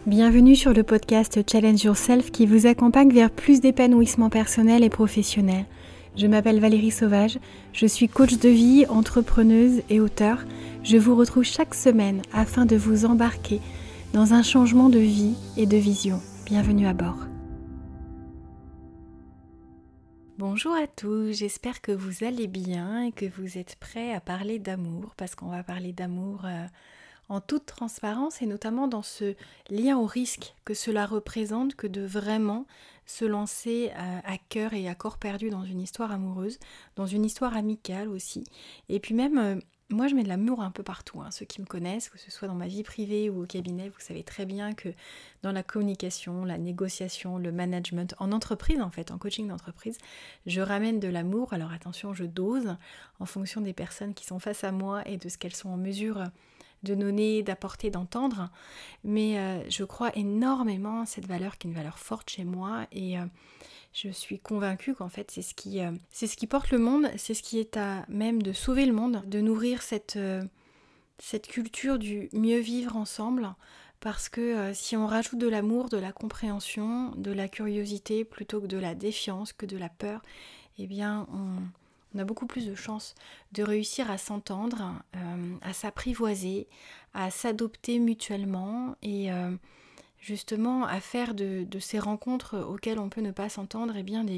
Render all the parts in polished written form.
Bienvenue sur le podcast Challenge Yourself qui vous accompagne vers plus d'épanouissement personnel et professionnel. Je m'appelle Valérie Sauvage, je suis coach de vie, entrepreneuse et auteure. Je vous retrouve chaque semaine afin de vous embarquer dans un changement de vie et de vision. Bienvenue à bord. Bonjour à tous, j'espère que vous allez bien et que vous êtes prêts à parler d'amour parce qu'on va parler d'amour en toute transparence et notamment dans ce lien au risque que cela représente que de vraiment se lancer à cœur et à corps perdu dans une histoire amoureuse, dans une histoire amicale aussi. Et puis même, moi je mets de l'amour un peu partout, ceux qui me connaissent, que ce soit dans ma vie privée ou au cabinet, vous savez très bien que dans la communication, la négociation, le management, en entreprise en fait, en coaching d'entreprise, je ramène de l'amour. Alors attention, je dose en fonction des personnes qui sont face à moi et de ce qu'elles sont en mesure de donner, d'apporter, d'entendre, mais je crois énormément à cette valeur qui est une valeur forte chez moi et je suis convaincue qu'en fait c'est ce qui porte le monde, c'est ce qui est à même de sauver le monde, de nourrir cette culture du mieux vivre ensemble, parce que si on rajoute de l'amour, de la compréhension, de la curiosité plutôt que de la défiance, que de la peur, eh bien on a beaucoup plus de chances de réussir à s'entendre, à s'apprivoiser, à s'adopter mutuellement et justement à faire de ces rencontres auxquelles on peut ne pas s'entendre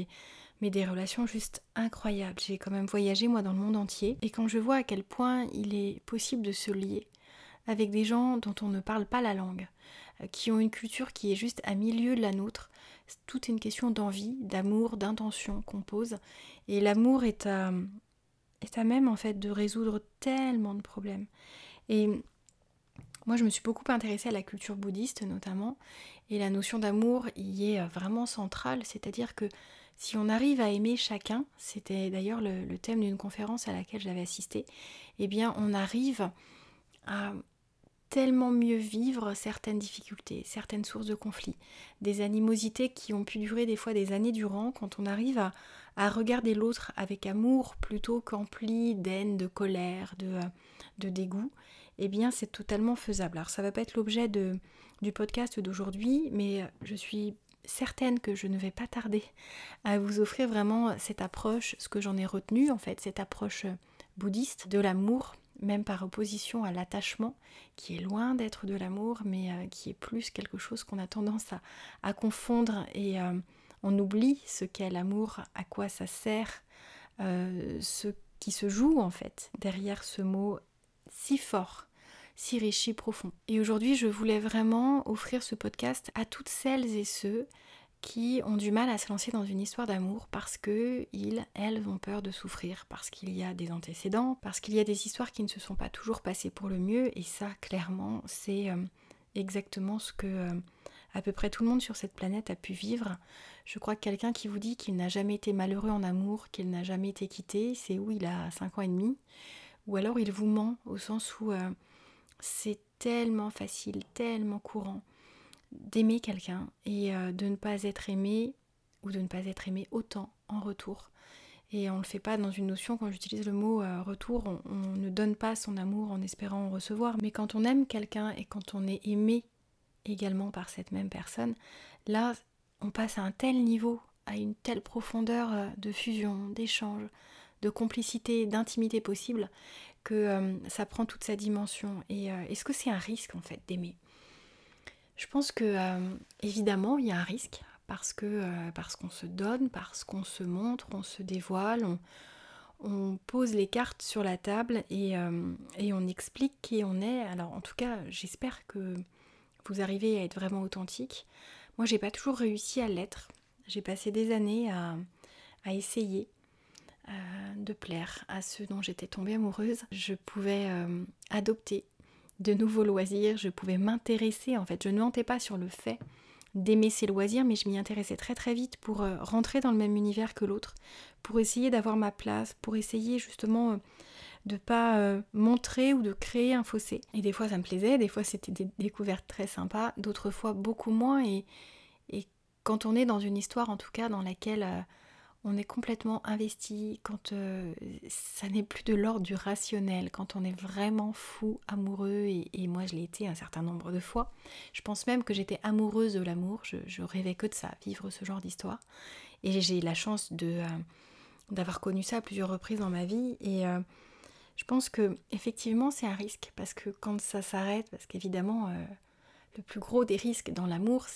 des relations juste incroyables. J'ai quand même voyagé moi dans le monde entier et quand je vois à quel point il est possible de se lier avec des gens dont on ne parle pas la langue, qui ont une culture qui est juste à milieu de la nôtre. Tout est une question d'envie, d'amour, d'intention qu'on pose. Et l'amour est à même en fait de résoudre tellement de problèmes. Et moi je me suis beaucoup intéressée à la culture bouddhiste notamment, et la notion d'amour y est vraiment centrale, c'est-à-dire que si on arrive à aimer chacun, c'était d'ailleurs le thème d'une conférence à laquelle j'avais assisté, eh bien on arrive à tellement mieux vivre certaines difficultés, certaines sources de conflits, des animosités qui ont pu durer des fois des années durant, quand on arrive à regarder l'autre avec amour plutôt qu'empli d'haine, de colère, de dégoût, eh bien c'est totalement faisable. Alors ça va pas être l'objet du podcast d'aujourd'hui, mais je suis certaine que je ne vais pas tarder à vous offrir vraiment cette approche, ce que j'en ai retenu en fait, cette approche bouddhiste de l'amour, même par opposition à l'attachement, qui est loin d'être de l'amour, mais qui est plus quelque chose qu'on a tendance à confondre et on oublie ce qu'est l'amour, à quoi ça sert, ce qui se joue en fait derrière ce mot si fort, si riche, si profond. Et aujourd'hui, je voulais vraiment offrir ce podcast à toutes celles et ceux qui ont du mal à se lancer dans une histoire d'amour parce que elles ont peur de souffrir, parce qu'il y a des antécédents, parce qu'il y a des histoires qui ne se sont pas toujours passées pour le mieux, et ça, clairement, c'est exactement ce que à peu près tout le monde sur cette planète a pu vivre. Je crois que quelqu'un qui vous dit qu'il n'a jamais été malheureux en amour, qu'il n'a jamais été quitté, c'est où il a 5 ans et demi, ou alors il vous ment, au sens où c'est tellement facile, tellement courant d'aimer quelqu'un et de ne pas être aimé ou de ne pas être aimé autant en retour. Et on ne le fait pas dans une notion, quand j'utilise le mot retour, on ne donne pas son amour en espérant en recevoir. Mais quand on aime quelqu'un et quand on est aimé également par cette même personne, là on passe à un tel niveau, à une telle profondeur de fusion, d'échange, de complicité, d'intimité possible, que ça prend toute sa dimension. Et est-ce que c'est un risque en fait d'aimer ? Je pense que évidemment il y a un risque parce qu'on se donne, parce qu'on se montre, on se dévoile, on pose les cartes sur la table et on explique qui on est. Alors en tout cas, j'espère que vous arrivez à être vraiment authentique. Moi, j'ai pas toujours réussi à l'être. J'ai passé des années à essayer de plaire à ceux dont j'étais tombée amoureuse. Je pouvais adopter de nouveaux loisirs, je pouvais m'intéresser, en fait, je ne mentais pas sur le fait d'aimer ces loisirs, mais je m'y intéressais très très vite pour rentrer dans le même univers que l'autre, pour essayer d'avoir ma place, pour essayer justement de pas montrer ou de créer un fossé. Et des fois ça me plaisait, des fois c'était des découvertes très sympas, d'autres fois beaucoup moins, et quand on est dans une histoire en tout cas dans laquelle on est complètement investi, quand ça n'est plus de l'ordre du rationnel, quand on est vraiment fou, amoureux, et moi je l'ai été un certain nombre de fois. Je pense même que j'étais amoureuse de l'amour, je rêvais que de ça, vivre ce genre d'histoire. Et j'ai eu la chance d'avoir connu ça à plusieurs reprises dans ma vie, et je pense que effectivement c'est un risque, parce que quand ça s'arrête, parce qu'évidemment le plus gros des risques dans l'amour,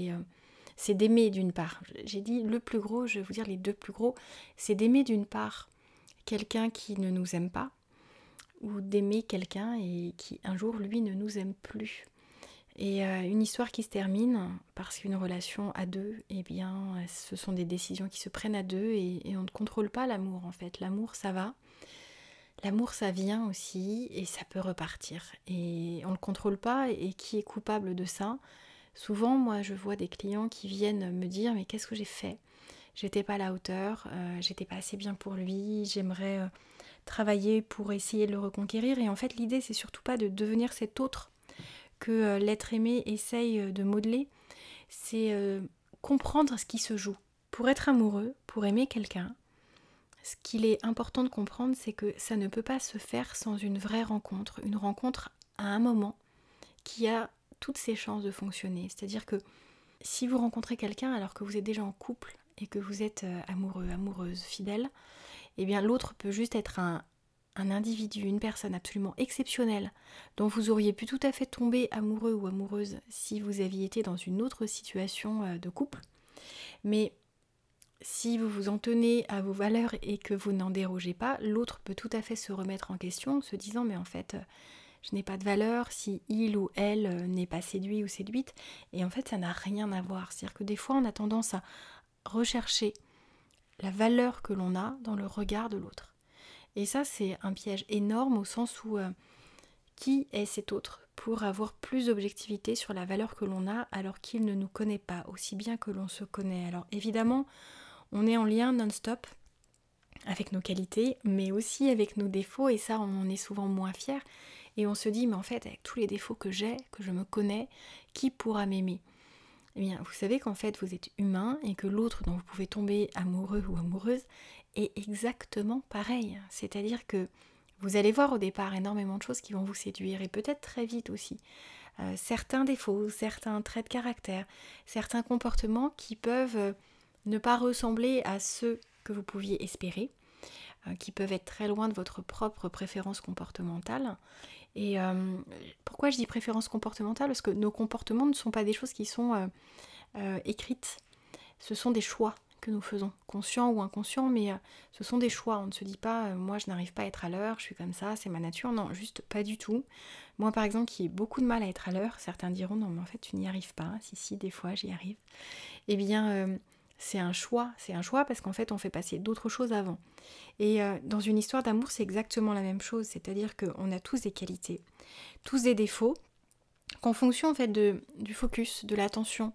c'est d'aimer d'une part. J'ai dit le plus gros, je vais vous dire les deux plus gros, c'est d'aimer d'une part quelqu'un qui ne nous aime pas, ou d'aimer quelqu'un et qui un jour lui ne nous aime plus. Et une histoire qui se termine parce qu'une relation à deux, eh bien ce sont des décisions qui se prennent à deux, et on ne contrôle pas l'amour en fait. L'amour ça va, l'amour ça vient aussi et ça peut repartir. Et on ne le contrôle pas, et qui est coupable de ça? Souvent, moi, je vois des clients qui viennent me dire « Mais qu'est-ce que j'ai fait ? J'étais pas à la hauteur, j'étais pas assez bien pour lui, j'aimerais travailler pour essayer de le reconquérir. » Et en fait, l'idée, c'est surtout pas de devenir cet autre que l'être aimé essaye de modeler. C'est comprendre ce qui se joue. Pour être amoureux, pour aimer quelqu'un, ce qu'il est important de comprendre, c'est que ça ne peut pas se faire sans une vraie rencontre. Une rencontre à un moment qui a toutes ses chances de fonctionner. C'est-à-dire que si vous rencontrez quelqu'un alors que vous êtes déjà en couple et que vous êtes amoureux, amoureuse, fidèle, eh bien l'autre peut juste être un individu, une personne absolument exceptionnelle dont vous auriez pu tout à fait tomber amoureux ou amoureuse si vous aviez été dans une autre situation de couple. Mais si vous vous en tenez à vos valeurs et que vous n'en dérogez pas, l'autre peut tout à fait se remettre en question, se disant mais en fait je n'ai pas de valeur si il ou elle n'est pas séduit ou séduite. Et en fait ça n'a rien à voir. C'est-à-dire que des fois on a tendance à rechercher la valeur que l'on a dans le regard de l'autre. Et ça c'est un piège énorme, au sens où qui est cet autre pour avoir plus d'objectivité sur la valeur que l'on a alors qu'il ne nous connaît pas aussi bien que l'on se connaît. Alors évidemment on est en lien non-stop avec nos qualités, mais aussi avec nos défauts, et ça, on en est souvent moins fiers. Et on se dit, mais en fait, avec tous les défauts que j'ai, que je me connais, qui pourra m'aimer ? Eh bien, vous savez qu'en fait, vous êtes humain, et que l'autre dont vous pouvez tomber amoureux ou amoureuse est exactement pareil. C'est-à-dire que vous allez voir au départ énormément de choses qui vont vous séduire, et peut-être très vite aussi. Certains défauts, certains traits de caractère, certains comportements qui peuvent ne pas ressembler à ceux que vous pouviez espérer, qui peuvent être très loin de votre propre préférence comportementale. Et pourquoi je dis préférence comportementale ? Parce que nos comportements ne sont pas des choses qui sont écrites. Ce sont des choix que nous faisons, conscients ou inconscients, mais ce sont des choix. On ne se dit pas moi je n'arrive pas à être à l'heure, je suis comme ça, c'est ma nature. Non, juste pas du tout. Moi par exemple qui ai beaucoup de mal à être à l'heure, certains diront non mais en fait tu n'y arrives pas. Si, des fois j'y arrive. Eh bien c'est un choix parce qu'en fait on fait passer d'autres choses avant. Et dans une histoire d'amour c'est exactement la même chose, c'est-à-dire qu'on a tous des qualités, tous des défauts, qu'en fonction en fait du focus, de l'attention,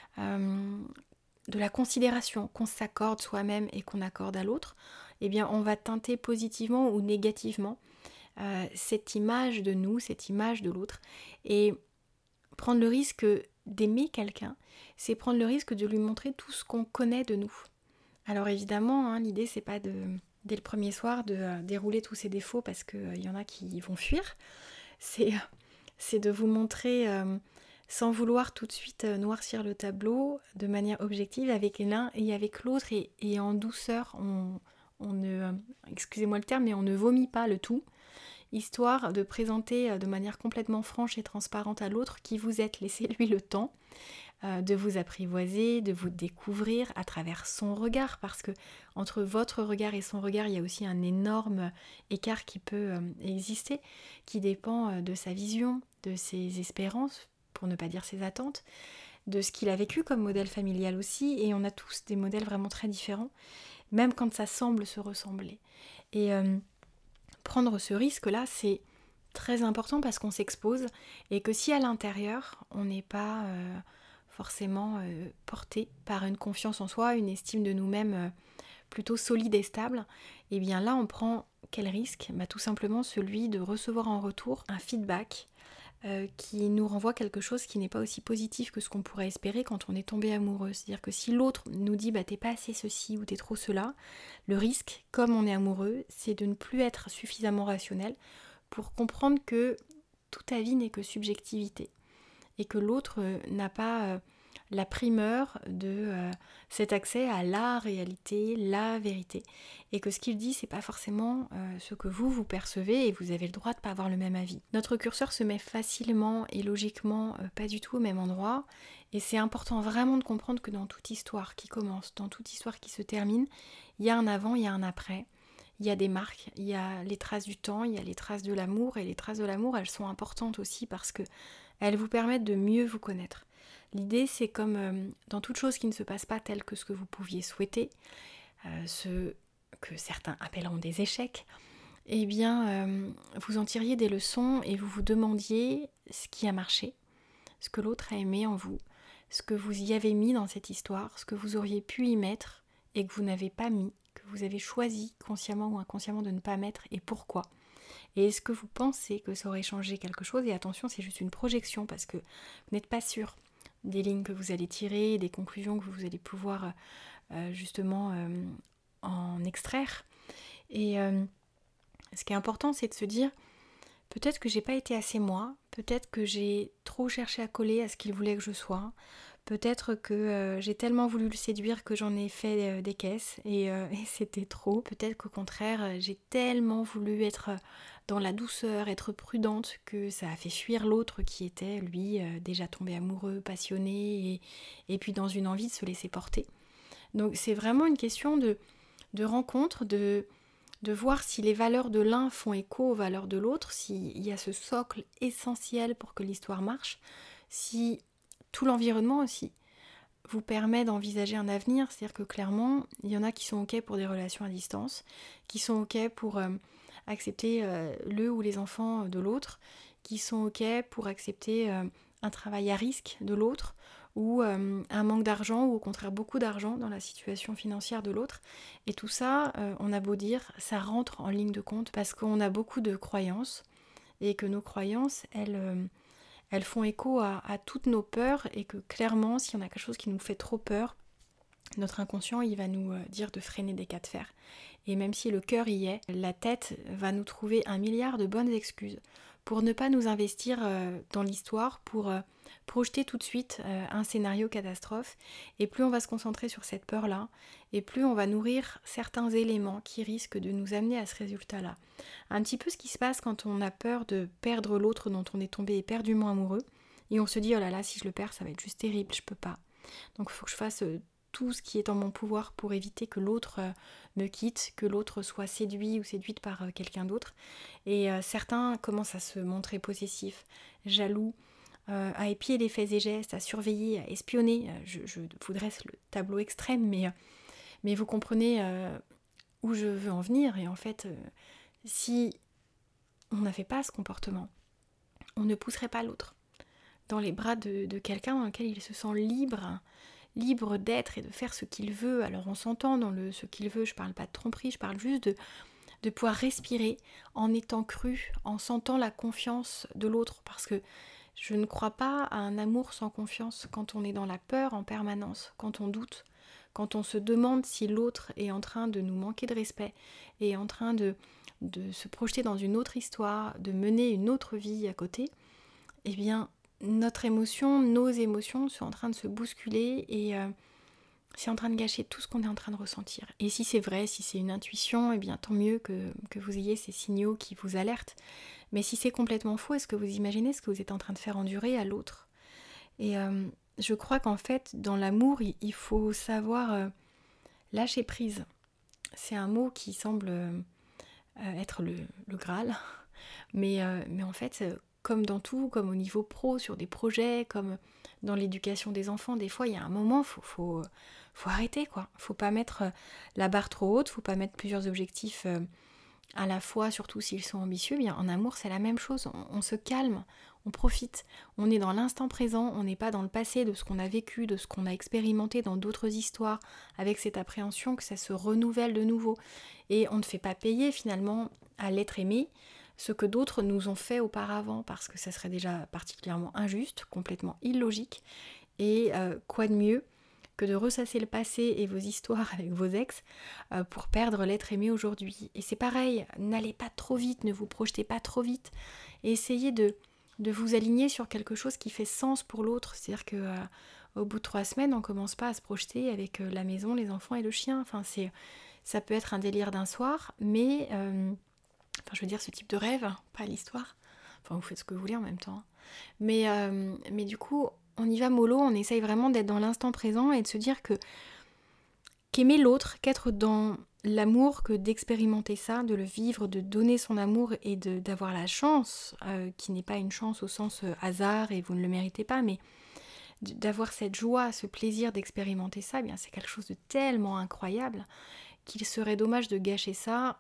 de la considération qu'on s'accorde soi-même et qu'on accorde à l'autre, eh bien on va teinter positivement ou négativement cette image de nous, cette image de l'autre. Et prendre le risque d'aimer quelqu'un, c'est prendre le risque de lui montrer tout ce qu'on connaît de nous. Alors évidemment, l'idée c'est pas dès le premier soir de dérouler tous ces défauts, parce qu'il y en a qui vont fuir. C'est de vous montrer sans vouloir tout de suite noircir le tableau, de manière objective avec l'un et avec l'autre, et en douceur. On ne, excusez-moi le terme, mais on ne vomit pas le tout, histoire de présenter de manière complètement franche et transparente à l'autre qui vous êtes. Laissez-lui le temps de vous apprivoiser, de vous découvrir à travers son regard, parce que entre votre regard et son regard, il y a aussi un énorme écart qui peut exister, qui dépend de sa vision, de ses espérances, pour ne pas dire ses attentes, de ce qu'il a vécu comme modèle familial aussi, et on a tous des modèles vraiment très différents, même quand ça semble se ressembler. Et prendre ce risque-là, c'est très important parce qu'on s'expose, et que si à l'intérieur, on n'est pas forcément porté par une confiance en soi, une estime de nous-mêmes plutôt solide et stable, et bien là on prend quel risque ? Tout simplement celui de recevoir en retour un feedback qui nous renvoie quelque chose qui n'est pas aussi positif que ce qu'on pourrait espérer quand on est tombé amoureux. C'est-à-dire que si l'autre nous dit t'es pas assez ceci ou t'es trop cela, le risque, comme on est amoureux, c'est de ne plus être suffisamment rationnel pour comprendre que toute ta vie n'est que subjectivité et que l'autre n'a pas la primeur de cet accès à la réalité, la vérité, et que ce qu'il dit, c'est pas forcément ce que vous percevez, et vous avez le droit de pas avoir le même avis. Notre curseur se met facilement et logiquement pas du tout au même endroit, et c'est important vraiment de comprendre que dans toute histoire qui commence, dans toute histoire qui se termine, il y a un avant, il y a un après. Il y a des marques, il y a les traces du temps, il y a les traces de l'amour, et les traces de l'amour, elles sont importantes aussi parce que elles vous permettent de mieux vous connaître. L'idée, c'est comme dans toute chose qui ne se passe pas tel que ce que vous pouviez souhaiter, ce que certains appelleront des échecs, eh bien, vous en tiriez des leçons et vous vous demandiez ce qui a marché, ce que l'autre a aimé en vous, ce que vous y avez mis dans cette histoire, ce que vous auriez pu y mettre et que vous n'avez pas mis, que vous avez choisi consciemment ou inconsciemment de ne pas mettre, et pourquoi. Et est-ce que vous pensez que ça aurait changé quelque chose? Et attention, c'est juste une projection parce que vous n'êtes pas sûr des lignes que vous allez tirer, des conclusions que vous allez pouvoir justement en extraire. Et ce qui est important, c'est de se dire, peut-être que j'ai pas été assez moi, peut-être que j'ai trop cherché à coller à ce qu'il voulait que je sois, peut-être que j'ai tellement voulu le séduire que j'en ai fait des caisses et c'était trop. Peut-être qu'au contraire, j'ai tellement voulu être dans la douceur, être prudente, que ça a fait fuir l'autre qui était, lui, déjà tombé amoureux, passionné, et puis dans une envie de se laisser porter. Donc c'est vraiment une question de rencontre, de voir si les valeurs de l'un font écho aux valeurs de l'autre, s'il y a ce socle essentiel pour que l'histoire marche, si tout l'environnement aussi vous permet d'envisager un avenir. C'est-à-dire que clairement, il y en a qui sont ok pour des relations à distance, qui sont ok pour accepter le ou les enfants de l'autre, qui sont ok pour accepter un travail à risque de l'autre, ou un manque d'argent, ou au contraire beaucoup d'argent dans la situation financière de l'autre. Et tout ça, on a beau dire, ça rentre en ligne de compte parce qu'on a beaucoup de croyances, et que nos croyances, elles font écho à toutes nos peurs, et que clairement, si on a quelque chose qui nous fait trop peur, notre inconscient, il va nous dire de freiner des cas de fer. Et même si le cœur y est, la tête va nous trouver un milliard de bonnes excuses pour ne pas nous investir dans l'histoire, pour projeter tout de suite un scénario catastrophe. Et plus on va se concentrer sur cette peur-là, et plus on va nourrir certains éléments qui risquent de nous amener à ce résultat-là. Un petit peu ce qui se passe quand on a peur de perdre l'autre dont on est tombé éperdument amoureux, et on se dit, oh là là, si je le perds, ça va être juste terrible, je peux pas. Donc il faut que je fasse tout ce qui est en mon pouvoir pour éviter que l'autre me quitte, que l'autre soit séduit ou séduite par quelqu'un d'autre. Et certains commencent à se montrer possessifs, jaloux, à épier les faits et gestes, à surveiller, à espionner. Je vous dresse le tableau extrême, mais vous comprenez où je veux en venir. Et en fait, si on n'avait pas ce comportement, on ne pousserait pas l'autre dans les bras de quelqu'un dans lequel il se sent libre d'être et de faire ce qu'il veut. Alors on s'entend dans le ce qu'il veut, je parle pas de tromperie, je parle juste de pouvoir respirer en étant cru, en sentant la confiance de l'autre, parce que je ne crois pas à un amour sans confiance quand on est dans la peur en permanence, quand on doute, quand on se demande si l'autre est en train de nous manquer de respect, est en train de se projeter dans une autre histoire, de mener une autre vie à côté. Eh bien, notre émotion, nos émotions sont en train de se bousculer, et c'est en train de gâcher tout ce qu'on est en train de ressentir. Et si c'est vrai, si c'est une intuition, eh bien tant mieux que vous ayez ces signaux qui vous alertent. Mais si c'est complètement faux, est-ce que vous imaginez ce que vous êtes en train de faire endurer à l'autre? Et je crois qu'en fait, dans l'amour, il faut savoir lâcher prise. C'est un mot qui semble être le Graal, mais en fait, comme dans tout, comme au niveau pro, sur des projets, comme dans l'éducation des enfants, des fois, il y a un moment, faut arrêter, quoi. Faut pas mettre la barre trop haute, faut pas mettre plusieurs objectifs à la fois, surtout s'ils sont ambitieux. Bien, en amour, c'est la même chose. On se calme, on profite, on est dans l'instant présent, on n'est pas dans le passé de ce qu'on a vécu, de ce qu'on a expérimenté dans d'autres histoires, avec cette appréhension que ça se renouvelle de nouveau. Et on ne fait pas payer finalement à l'être aimé ce que d'autres nous ont fait auparavant, parce que ça serait déjà particulièrement injuste, complètement illogique. Et quoi de mieux que de ressasser le passé et vos histoires avec vos ex pour perdre l'être aimé aujourd'hui. Et c'est pareil, n'allez pas trop vite, ne vous projetez pas trop vite, et essayez de vous aligner sur quelque chose qui fait sens pour l'autre. C'est-à-dire que au bout de 3 semaines, on commence pas à se projeter avec la maison, les enfants et le chien. Enfin, ça peut être un délire d'un soir, mais je veux dire ce type de rêve, pas l'histoire. Enfin, vous faites ce que vous voulez en même temps. Mais du coup, on y va mollo, on essaye vraiment d'être dans l'instant présent et de se dire qu'aimer l'autre, qu'être dans l'amour, que d'expérimenter ça, de le vivre, de donner son amour et d'avoir la chance, qui n'est pas une chance au sens hasard et vous ne le méritez pas, mais d'avoir cette joie, ce plaisir d'expérimenter ça, eh bien c'est quelque chose de tellement incroyable qu'il serait dommage de gâcher ça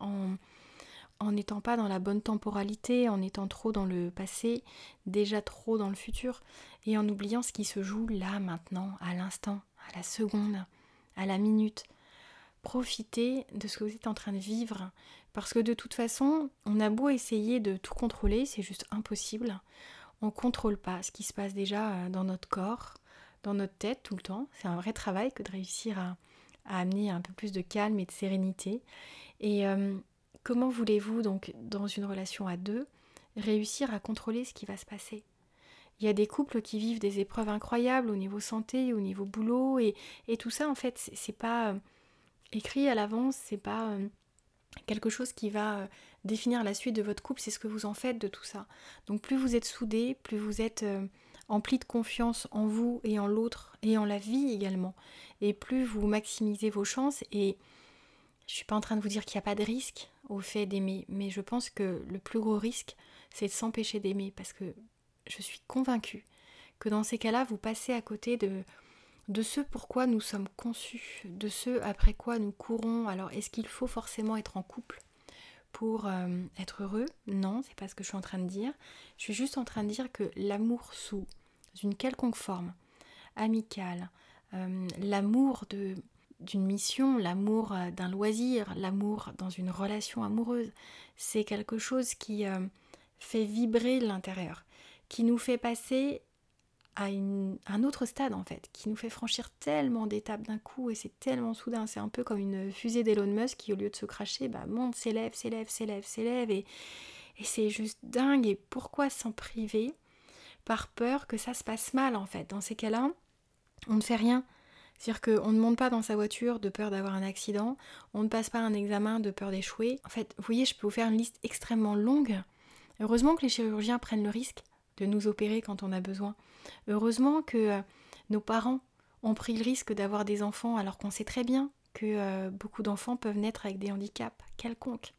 en n'étant pas dans la bonne temporalité, en étant trop dans le passé, déjà trop dans le futur, et en oubliant ce qui se joue là, maintenant, à l'instant, à la seconde, à la minute. Profitez de ce que vous êtes en train de vivre, parce que de toute façon, on a beau essayer de tout contrôler, c'est juste impossible. On ne contrôle pas ce qui se passe déjà dans notre corps, dans notre tête tout le temps. C'est un vrai travail que de réussir à amener un peu plus de calme et de sérénité. Et comment voulez-vous donc, dans une relation à deux, réussir à contrôler ce qui va se passer ? Il y a des couples qui vivent des épreuves incroyables au niveau santé, au niveau boulot, et tout ça en fait c'est pas écrit à l'avance, c'est pas quelque chose qui va définir la suite de votre couple, c'est ce que vous en faites de tout ça. Donc plus vous êtes soudés, plus vous êtes emplis de confiance en vous et en l'autre et en la vie également, et plus vous maximisez vos chances. Et je suis pas en train de vous dire qu'il n'y a pas de risque au fait d'aimer, mais je pense que le plus gros risque, c'est de s'empêcher d'aimer, parce que je suis convaincue que dans ces cas-là, vous passez à côté de ce pourquoi nous sommes conçus, de ce après quoi nous courons. Alors, est-ce qu'il faut forcément être en couple pour être heureux ? Non, c'est pas ce que je suis en train de dire. Je suis juste en train de dire que l'amour sous une quelconque forme, amicale, l'amour d'une mission, l'amour d'un loisir, l'amour dans une relation amoureuse, c'est quelque chose qui fait vibrer l'intérieur, qui nous fait passer à un autre stade en fait, qui nous fait franchir tellement d'étapes d'un coup, et c'est tellement soudain. C'est un peu comme une fusée d'Elon Musk qui, au lieu de se cracher, monte, s'élève, et c'est juste dingue. Et pourquoi s'en priver par peur que ça se passe mal en fait ? Dans ces cas-là, on ne fait rien. C'est-à-dire qu'on ne monte pas dans sa voiture de peur d'avoir un accident, on ne passe pas un examen de peur d'échouer. En fait, vous voyez, je peux vous faire une liste extrêmement longue. Heureusement que les chirurgiens prennent le risque de nous opérer quand on a besoin. Heureusement que nos parents ont pris le risque d'avoir des enfants, alors qu'on sait très bien que beaucoup d'enfants peuvent naître avec des handicaps quelconques.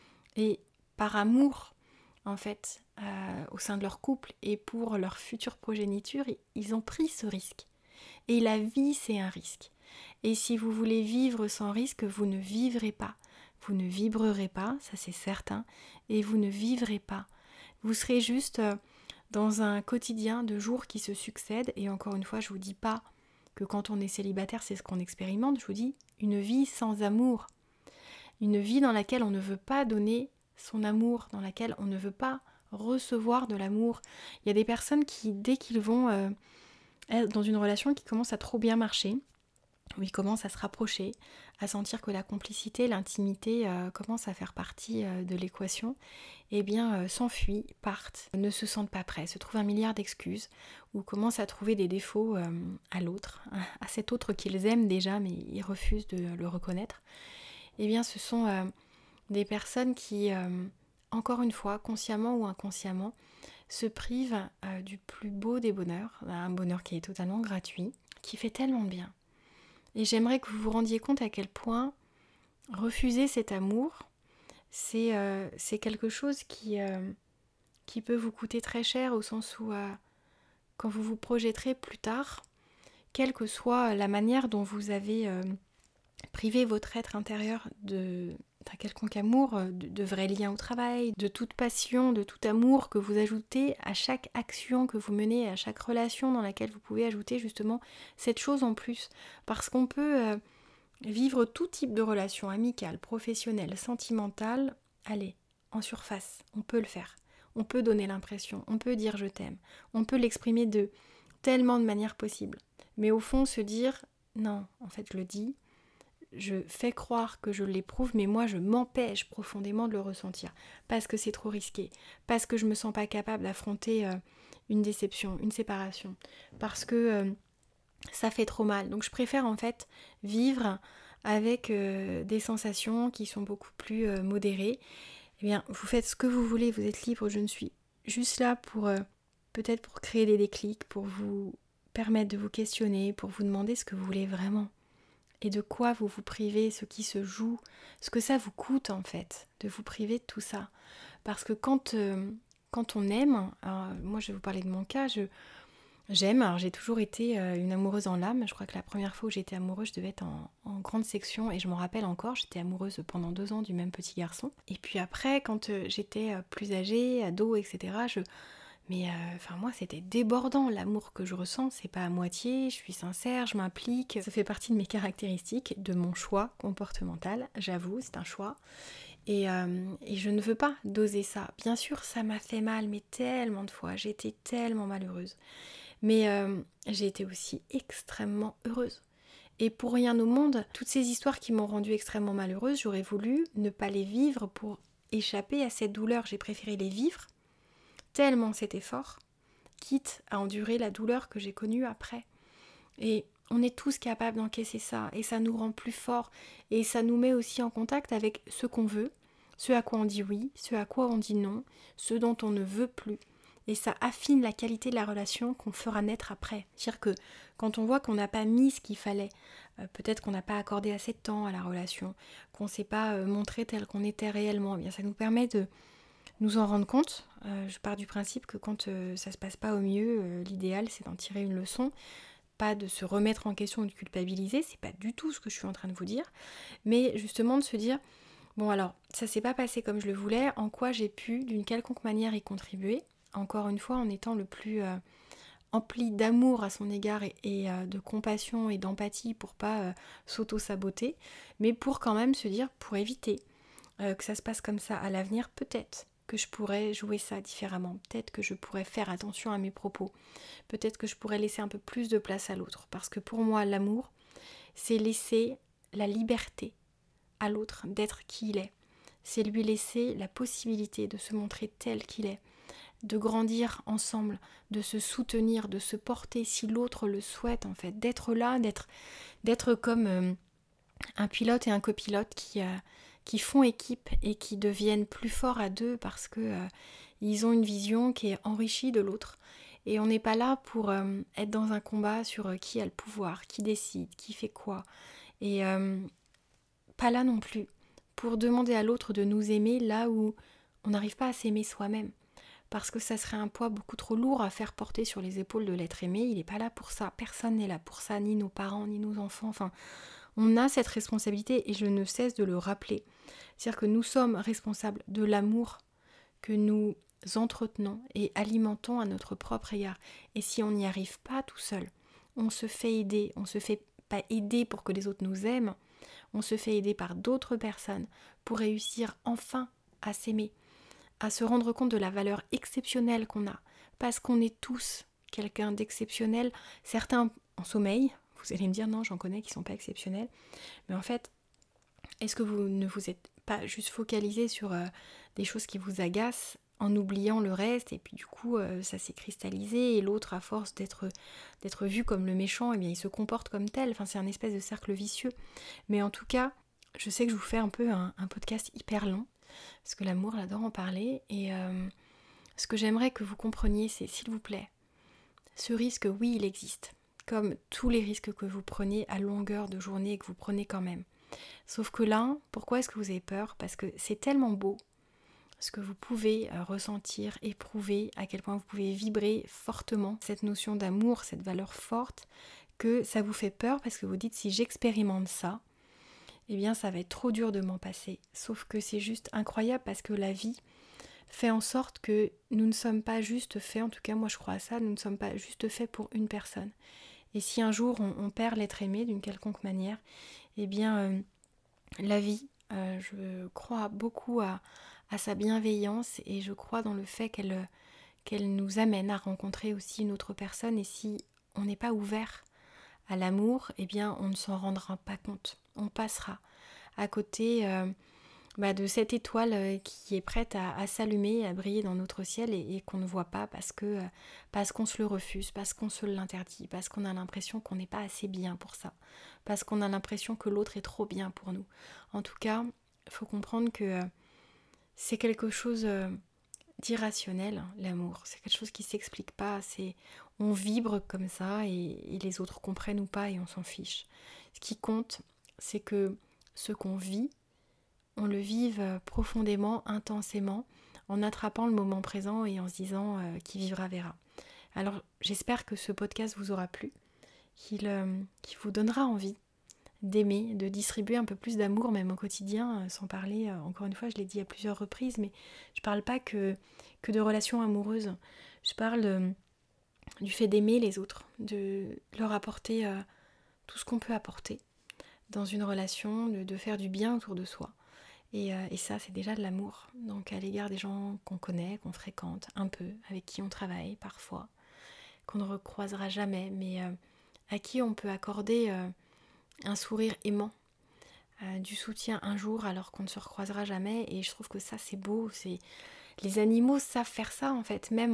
Et par amour, en fait, au sein de leur couple et pour leur future progéniture, ils ont pris ce risque. Et la vie, c'est un risque. Et si vous voulez vivre sans risque, vous ne vivrez pas. Vous ne vibrerez pas, ça c'est certain, et vous ne vivrez pas. Vous serez juste dans un quotidien de jours qui se succèdent. Et encore une fois, je ne vous dis pas que quand on est célibataire, c'est ce qu'on expérimente. Je vous dis une vie sans amour. Une vie dans laquelle on ne veut pas donner son amour, dans laquelle on ne veut pas recevoir de l'amour. Il y a des personnes qui, dès qu'ils vont être dans une relation qui commence à trop bien marcher, où ils commencent à se rapprocher, à sentir que la complicité, l'intimité commencent à faire partie de l'équation, eh bien s'enfuient, partent, ne se sentent pas prêts, se trouvent un milliard d'excuses, ou commencent à trouver des défauts à l'autre, à cet autre qu'ils aiment déjà, mais ils refusent de le reconnaître. Eh bien ce sont des personnes qui, encore une fois, consciemment ou inconsciemment, se privent du plus beau des bonheurs, un bonheur qui est totalement gratuit, qui fait tellement de bien. Et j'aimerais que vous vous rendiez compte à quel point refuser cet amour, c'est quelque chose qui peut vous coûter très cher, au sens où quand vous vous projetterez plus tard, quelle que soit la manière dont vous avez privé votre être intérieur d'un quelconque amour, de vrais liens au travail, de toute passion, de tout amour que vous ajoutez à chaque action que vous menez, à chaque relation dans laquelle vous pouvez ajouter justement cette chose en plus. Parce qu'on peut vivre tout type de relation amicale, professionnelle, sentimentale, allez, en surface, on peut le faire. On peut donner l'impression, on peut dire je t'aime, on peut l'exprimer de tellement de manières possibles. Mais au fond, se dire, non, en fait je le dis, je fais croire que je l'éprouve, mais moi je m'empêche profondément de le ressentir, parce que c'est trop risqué, parce que je me sens pas capable d'affronter une déception, une séparation, parce que ça fait trop mal. Donc je préfère en fait vivre avec des sensations qui sont beaucoup plus modérées. Eh bien, vous faites ce que vous voulez, vous êtes libre, je ne suis juste là pour peut-être pour créer des déclics, pour vous permettre de vous questionner, pour vous demander ce que vous voulez vraiment. Et de quoi vous vous privez, ce qui se joue, ce que ça vous coûte en fait, de vous priver de tout ça. Parce que quand on aime, alors, moi je vais vous parler de mon cas, j'aime, alors j'ai toujours été une amoureuse en l'âme, je crois que la première fois où j'étais amoureuse, je devais être en grande section, et je m'en rappelle encore, j'étais amoureuse pendant 2 ans du même petit garçon. Et puis après, quand j'étais plus âgée, ado, etc., moi c'était débordant, l'amour que je ressens, c'est pas à moitié, je suis sincère, je m'implique, ça fait partie de mes caractéristiques, de mon choix comportemental, j'avoue, c'est un choix. Et je ne veux pas doser ça. Bien sûr, ça m'a fait mal, mais tellement de fois, j'ai été tellement malheureuse. Mais j'ai été aussi extrêmement heureuse. Et pour rien au monde, toutes ces histoires qui m'ont rendue extrêmement malheureuse, j'aurais voulu ne pas les vivre pour échapper à cette douleur. J'ai préféré les vivre, tellement c'était fort, quitte à endurer la douleur que j'ai connue après. Et on est tous capables d'encaisser ça, et ça nous rend plus forts, et ça nous met aussi en contact avec ce qu'on veut, ce à quoi on dit oui, ce à quoi on dit non, ce dont on ne veut plus. Et ça affine la qualité de la relation qu'on fera naître après. C'est-à-dire que quand on voit qu'on n'a pas mis ce qu'il fallait, peut-être qu'on n'a pas accordé assez de temps à la relation, qu'on ne s'est pas montré tel qu'on était réellement, eh bien ça nous permet de nous en rendre compte. Je pars du principe que quand ça se passe pas au mieux, l'idéal c'est d'en tirer une leçon, pas de se remettre en question ou de culpabiliser, c'est pas du tout ce que je suis en train de vous dire, mais justement de se dire, bon alors, ça s'est pas passé comme je le voulais, en quoi j'ai pu d'une quelconque manière y contribuer, encore une fois en étant le plus empli d'amour à son égard et de compassion et d'empathie pour pas s'auto-saboter, mais pour quand même se dire, pour éviter que ça se passe comme ça à l'avenir, peut-être que je pourrais jouer ça différemment, peut-être que je pourrais faire attention à mes propos, peut-être que je pourrais laisser un peu plus de place à l'autre, parce que pour moi l'amour, c'est laisser la liberté à l'autre d'être qui il est, c'est lui laisser la possibilité de se montrer tel qu'il est, de grandir ensemble, de se soutenir, de se porter si l'autre le souhaite en fait, d'être là, d'être comme un pilote et un copilote qui font équipe et qui deviennent plus forts à deux parce que ils ont une vision qui est enrichie de l'autre. Et on n'est pas là pour être dans un combat sur qui a le pouvoir, qui décide, qui fait quoi. Et pas là non plus pour demander à l'autre de nous aimer là où on n'arrive pas à s'aimer soi-même. Parce que ça serait un poids beaucoup trop lourd à faire porter sur les épaules de l'être aimé. Il n'est pas là pour ça. Personne n'est là pour ça, ni nos parents, ni nos enfants. Enfin, on a cette responsabilité et je ne cesse de le rappeler. C'est-à-dire que nous sommes responsables de l'amour que nous entretenons et alimentons à notre propre égard. Et si on n'y arrive pas tout seul, on se fait aider, on se fait pas aider pour que les autres nous aiment, on se fait aider par d'autres personnes pour réussir enfin à s'aimer, à se rendre compte de la valeur exceptionnelle qu'on a, parce qu'on est tous quelqu'un d'exceptionnel, certains en sommeil, vous allez me dire non, j'en connais qui sont pas exceptionnels, mais en fait, est-ce que vous ne vous êtes pas juste focalisé sur des choses qui vous agacent en oubliant le reste et puis du coup ça s'est cristallisé et l'autre à force d'être vu comme le méchant, eh bien il se comporte comme tel, enfin c'est un espèce de cercle vicieux. Mais en tout cas, je sais que je vous fais un peu un podcast hyper long parce que l'amour, j'adore en parler et ce que j'aimerais que vous compreniez c'est s'il vous plaît, ce risque oui il existe, comme tous les risques que vous prenez à longueur de journée et que vous prenez quand même. Sauf que là, pourquoi est-ce que vous avez peur ? Parce que c'est tellement beau ce que vous pouvez ressentir, éprouver, à quel point vous pouvez vibrer fortement cette notion d'amour, cette valeur forte, que ça vous fait peur parce que vous dites si j'expérimente ça, eh bien ça va être trop dur de m'en passer. Sauf que c'est juste incroyable parce que la vie fait en sorte que nous ne sommes pas juste faits, en tout cas moi je crois à ça, nous ne sommes pas juste faits pour une personne. Et si un jour on perd l'être aimé d'une quelconque manière, eh bien la vie, je crois beaucoup à à sa bienveillance et je crois dans le fait qu'elle nous amène à rencontrer aussi une autre personne et si on n'est pas ouvert à l'amour, eh bien on ne s'en rendra pas compte. On passera à côté de cette étoile qui est prête à s'allumer, à briller dans notre ciel et qu'on ne voit pas parce qu'on se le refuse, parce qu'on se l'interdit, parce qu'on a l'impression qu'on n'est pas assez bien pour ça, parce qu'on a l'impression que l'autre est trop bien pour nous. En tout cas, il faut comprendre que c'est quelque chose d'irrationnel, l'amour. C'est quelque chose qui ne s'explique pas. On vibre comme ça et les autres comprennent ou pas et on s'en fiche. Ce qui compte, c'est que ce qu'on vit, on le vive profondément, intensément, en attrapant le moment présent et en se disant qui vivra verra. Alors j'espère que ce podcast vous aura plu, qu'il vous donnera envie d'aimer, de distribuer un peu plus d'amour même au quotidien, sans parler, encore une fois je l'ai dit à plusieurs reprises, mais je parle pas que de relations amoureuses, je parle du fait d'aimer les autres, de leur apporter tout ce qu'on peut apporter dans une relation, de faire du bien autour de soi. Et ça, c'est déjà de l'amour. Donc à l'égard des gens qu'on connaît, qu'on fréquente un peu, avec qui on travaille parfois, qu'on ne recroisera jamais, mais à qui on peut accorder un sourire aimant, du soutien un jour alors qu'on ne se recroisera jamais. Et je trouve que ça, c'est beau. Les animaux savent faire ça, en fait, même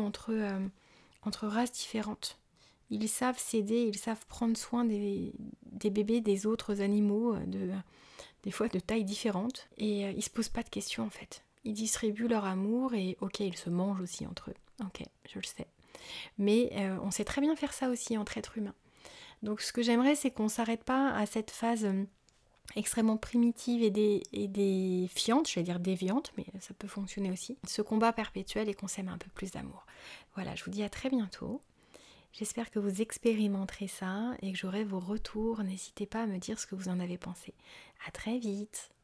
entre races différentes. Ils savent s'aider, ils savent prendre soin des bébés des autres animaux, des fois de tailles différentes, et ils se posent pas de questions en fait. Ils distribuent leur amour et ok, ils se mangent aussi entre eux, ok, je le sais. Mais on sait très bien faire ça aussi entre êtres humains. Donc ce que j'aimerais, c'est qu'on s'arrête pas à cette phase extrêmement primitive et défiante, j'allais dire déviante, mais ça peut fonctionner aussi. Ce combat perpétuel et qu'on s'aime un peu plus d'amour. Voilà, je vous dis à très bientôt. J'espère que vous expérimenterez ça et que j'aurai vos retours. N'hésitez pas à me dire ce que vous en avez pensé. À très vite.